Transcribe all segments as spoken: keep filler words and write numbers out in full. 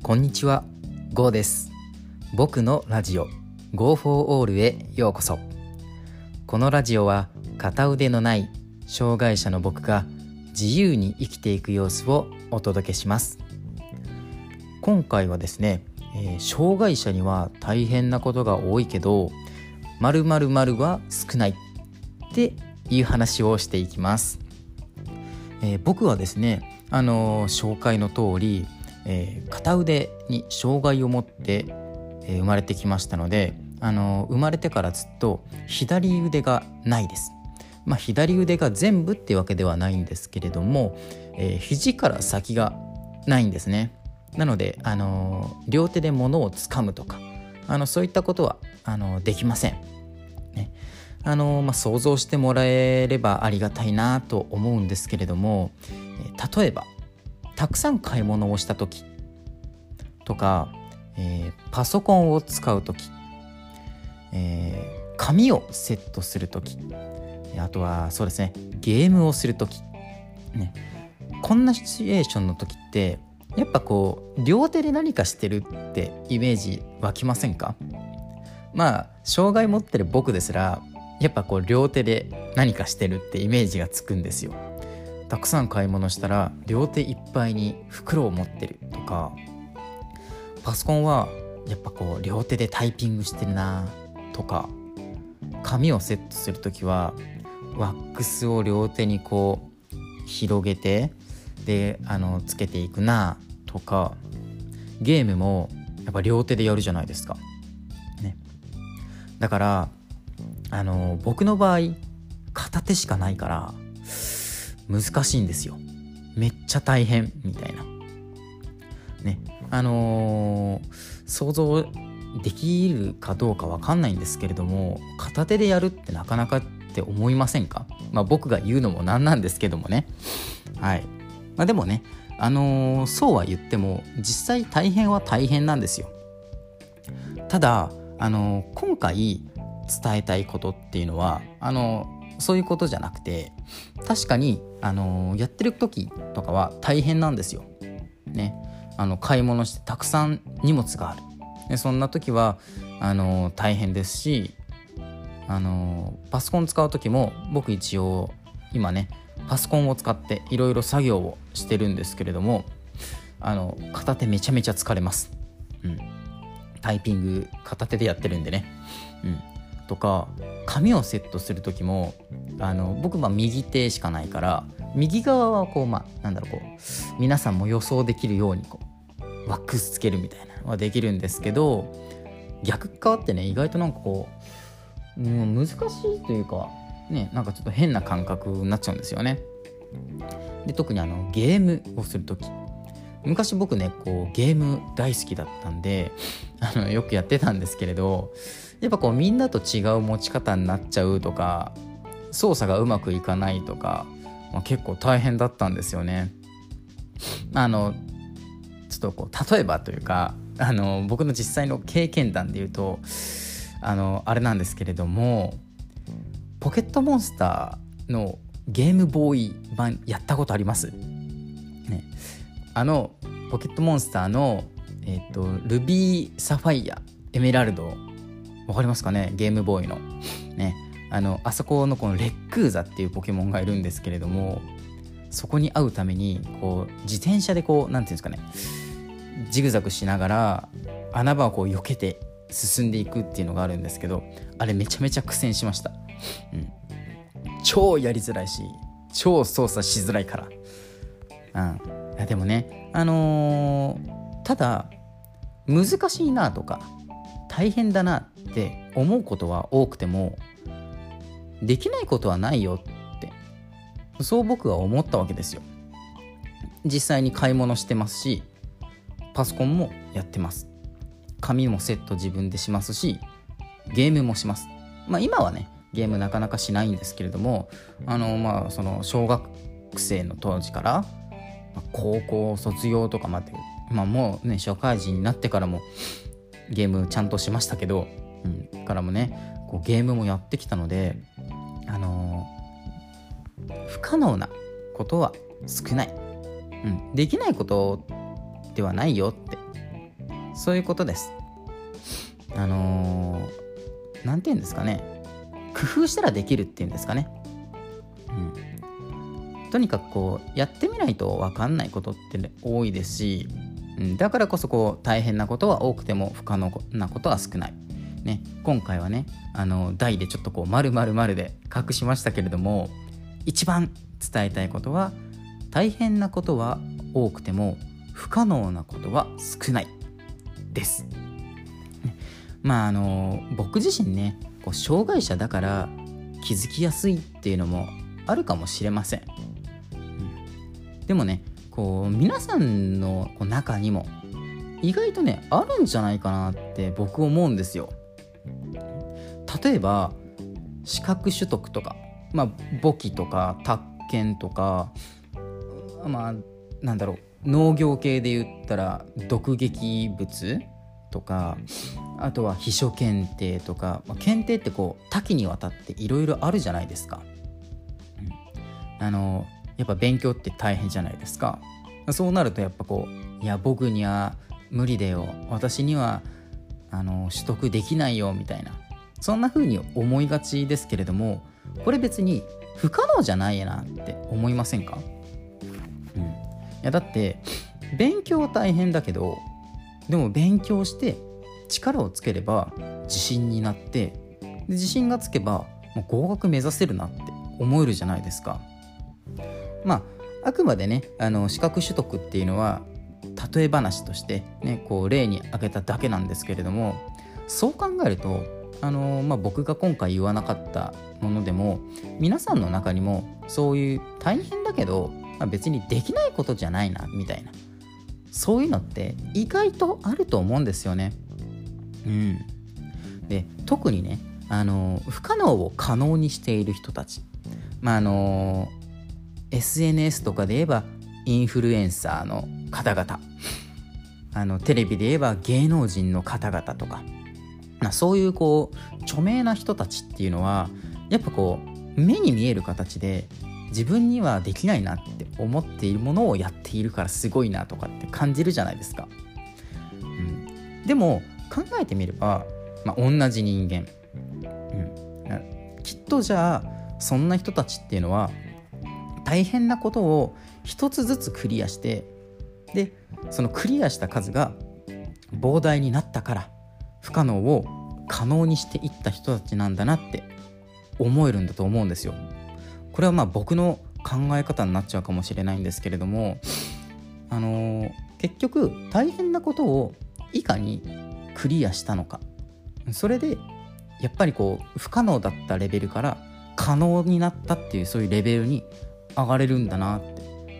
こんにちは、ゴーです。僕のラジオ Go for All へようこそ。このラジオは片腕のない障害者の僕が自由に生きていく様子をお届けします。今回はですね、えー、障害者には大変なことが多いけど〇〇〇は少ないっていう話をしていきます。えー、僕はですね、あのー、紹介の通りえー、片腕に障害を持って、えー、生まれてきましたので、あのー、生まれてからずっと左腕がないです。まあ、左腕が全部ってわけではないんですけれども、えー、肘から先がないんですね。なので、あのー、両手で物を掴むとかあのそういったことはあのー、できません、ね。あのーまあ、想像してもらえればありがたいなと思うんですけれども、えー、例えばたくさん買い物をした時とか、えー、パソコンを使う時、えー、紙をセットする時、あとはそうですねゲームをする時、ね、こんなシチュエーションの時ってやっぱこう両手で何かしてるってイメージ湧きませんか？まあ障害持ってる僕ですらやっぱこう両手で何かしてるってイメージがつくんですよ。たくさん買い物したら両手いっぱいに袋を持ってるとか、パソコンはやっぱこう両手でタイピングしてるなとか、紙をセットするときはワックスを両手にこう広げてであのつけていくなとか、ゲームもやっぱ両手でやるじゃないですか、ね。だからあの僕の場合片手しかないから難しいんですよ。めっちゃ大変みたいなね。あのー、想像できるかどうかわかんないんですけれども、片手でやるってなかなかって思いませんか？まあ僕が言うのもなんなんですけどもね。はい。まあでもね、あのー、そうは言っても実際大変は大変なんですよ。ただあのー、今回伝えたいことっていうのはあのーそういうことじゃなくて、確かに、あのー、やってる時とかは大変なんですよ、ね。あの買い物してたくさん荷物があるで、そんな時はあのー、大変ですし、あのー、パソコン使う時も僕一応今ねパソコンを使っていろいろ作業をしてるんですけれども、あの片手めちゃめちゃ疲れます、うん、タイピング片手でやってるんでね、うんとか、紙をセットする時もあの僕は右手しかないから右側はこうまあなんだろうこう皆さんも予想できるようにこうワックスつけるみたいなのはできるんですけど、逆側ってね意外となんかこう、うん、難しいというかね、なんかちょっと変な感覚になっちゃうんですよね。で特にあのゲームをする時、昔僕ねこうゲーム大好きだったんであのよくやってたんですけれど、やっぱこうみんなと違う持ち方になっちゃうとか操作がうまくいかないとか、まあ、結構大変だったんですよね。あのちょっとこう例えばというかあの僕の実際の経験談で言うとあのあれなんですけれども、ポケットモンスターのゲームボーイ版やったことあります？ね、あのポケットモンスターの、えーと、ルビーサファイアエメラルドわかりますかね？ゲームボーイのね、あのあそこのこのレックーザっていうポケモンがいるんですけれども、そこに会うためにこう自転車でこうなんていうんですかね、ジグザグしながら穴場をこう避けて進んでいくっていうのがあるんですけど、あれめちゃめちゃ苦戦しました、うん、超やりづらいし超操作しづらいから、うん、いやでもねあのー、ただ難しいなとか大変だなって思うことは多くてもできないことはないよってそう僕は思ったわけですよ。実際に買い物してますしパソコンもやってます。紙もセット自分でしますしゲームもします。まあ今はねゲームなかなかしないんですけれども、あのまあその小学生の当時から高校卒業とかまで、まあもうね社会人になってからもゲームちゃんとしましたけど、うん、からもねこうゲームもやってきたので、あのー、不可能なことは少ない、うん、できないことではないよってそういうことです。あのー、なんて言うんですかね、工夫したらできるっていうんですかね、うん、とにかくこうやってみないと分かんないことって、ね、多いですし、うん、だからこそこう大変なことは多くても不可能なことは少ない、ね、今回はねあの題でちょっとこう丸々丸で隠しましたけれども、一番伝えたいことは大変なことは多くても不可能なことは少ないです。まああの僕自身ねこう障害者だから気づきやすいっていうのもあるかもしれません、うん、でもねこう皆さんのこう中にも意外とねあるんじゃないかなって僕思うんですよ。例えば資格取得とか、まあ簿記とか宅建とか、まあなんだろう農業系で言ったら読劇物とか、あとは秘書検定とか、まあ、検定ってこう多岐にわたっていろいろあるじゃないですか、うん、あのやっぱ勉強って大変じゃないですか。そうなるとやっぱこういや僕には無理だよ、私にはあの取得できないよみたいな、そんな風に思いがちですけれども、これ別に不可能じゃないなって思いませんか？うん、いやだって勉強は大変だけど、でも勉強して力をつければ自信になって、で自信がつけばもう合格目指せるなって思えるじゃないですか。まああくまでねあの資格取得っていうのは例え話としてねこう例に挙げただけなんですけれども、そう考えるとあの、まあ、僕が今回言わなかったものでも皆さんの中にもそういう大変だけど、まあ、別にできないことじゃないなみたいな、そういうのって意外とあると思うんですよね。うん、で特にねあの不可能を可能にしている人たち、まああの エスエヌエス とかで言えばインフルエンサーの方々、あのテレビで言えば芸能人の方々とか、まあ、そういうこう著名な人たちっていうのはやっぱこう目に見える形で自分にはできないなって思っているものをやっているからすごいなとかって感じるじゃないですか、うん、でも考えてみれば、まあ、同じ人間、うん、きっとじゃあそんな人たちっていうのは大変なことを一つずつクリアして、でそのクリアした数が膨大になったから不可能を可能にしていった人たちなんだなって思えるんだと思うんですよ。これはまあ僕の考え方になっちゃうかもしれないんですけれども、あのー、結局大変なことをいかにクリアしたのか、それでやっぱりこう不可能だったレベルから可能になったっていうそういうレベルに上がれるんだなって、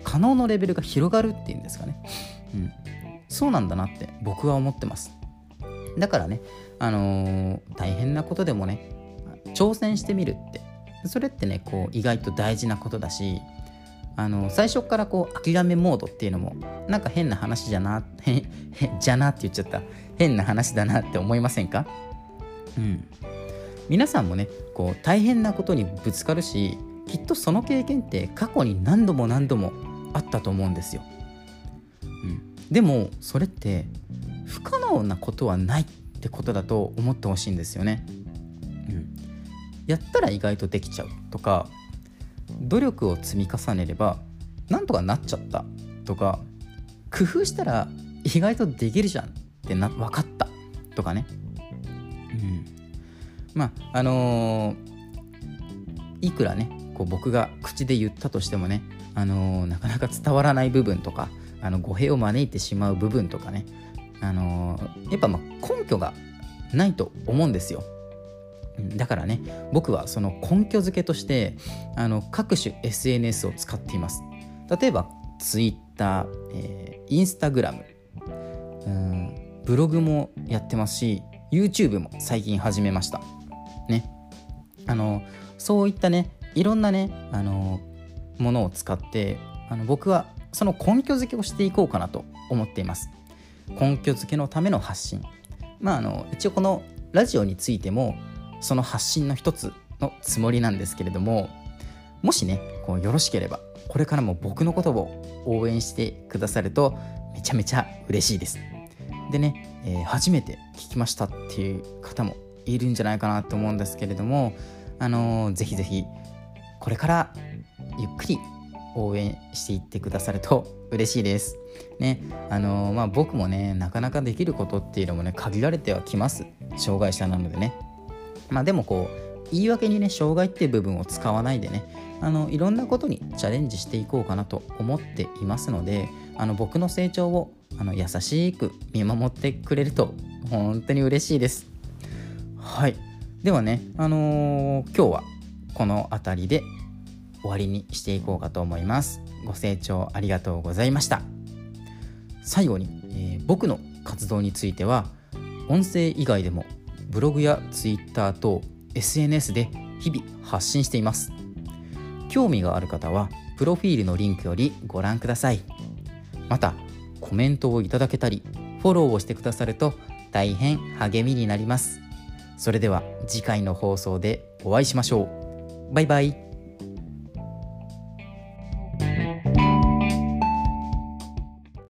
可能のレベルが広がるっていうんですかね、うん、そうなんだなって僕は思ってます。だからね、あのー、大変なことでもね挑戦してみるって、それってねこう意外と大事なことだし、あの最初からこう諦めモードっていうのもなんか変な話じゃなへへじゃなって言っちゃった変な話だなって思いませんか？うん、皆さんもねこう大変なことにぶつかるし、きっとその経験って過去に何度も何度もあったと思うんですよ、うん、でもそれって不可能なことはないってことだと思ってほしいんですよね、うん、やったら意外とできちゃうとか、努力を積み重ねればなんとかなっちゃったとか、工夫したら意外とできるじゃんってな分かったとかね、うん、まああのー、いくらねこう僕が口で言ったとしてもね、あのー、なかなか伝わらない部分とか、あの語弊を招いてしまう部分とかね、あのー、やっぱまあ根拠がないと思うんですよ。だからね僕はその根拠付けとしてあの各種 エスエヌエス を使っています。例えば Twitter、えー、Instagram、うん、ブログもやってますし YouTube も最近始めましたね。あのそういったねいろんなねあのものを使ってあの僕はその根拠付けをしていこうかなと思っています。根拠付けのための発信、まああの一応このラジオについてもその発信の一つのつもりなんですけれども、もしねこうよろしければこれからも僕のことを応援してくださるとめちゃめちゃ嬉しいです。でねえー、初めて聞きましたっていう方もいるんじゃないかなと思うんですけれども、あのー、ぜひぜひこれからゆっくり応援していってくださると嬉しいですね。あのー、まあ僕もねなかなかできることっていうのもね限られてはきます。障害者なのでね。まあでもこう言い訳にね障害っていう部分を使わないでね、あのいろんなことにチャレンジしていこうかなと思っていますので、あの僕の成長をあの優しく見守ってくれると本当に嬉しいです。はい、ではね、あのー、今日はこの辺りで終わりにしていこうかと思います。ご清聴ありがとうございました。最後に、えー、僕の活動については音声以外でもブログやツイッター等 エスエヌエス で日々発信しています。興味がある方はプロフィールのリンクよりご覧ください。またコメントをいただけたりフォローをしてくださると大変励みになります。それでは次回の放送でお会いしましょう。バイバイ。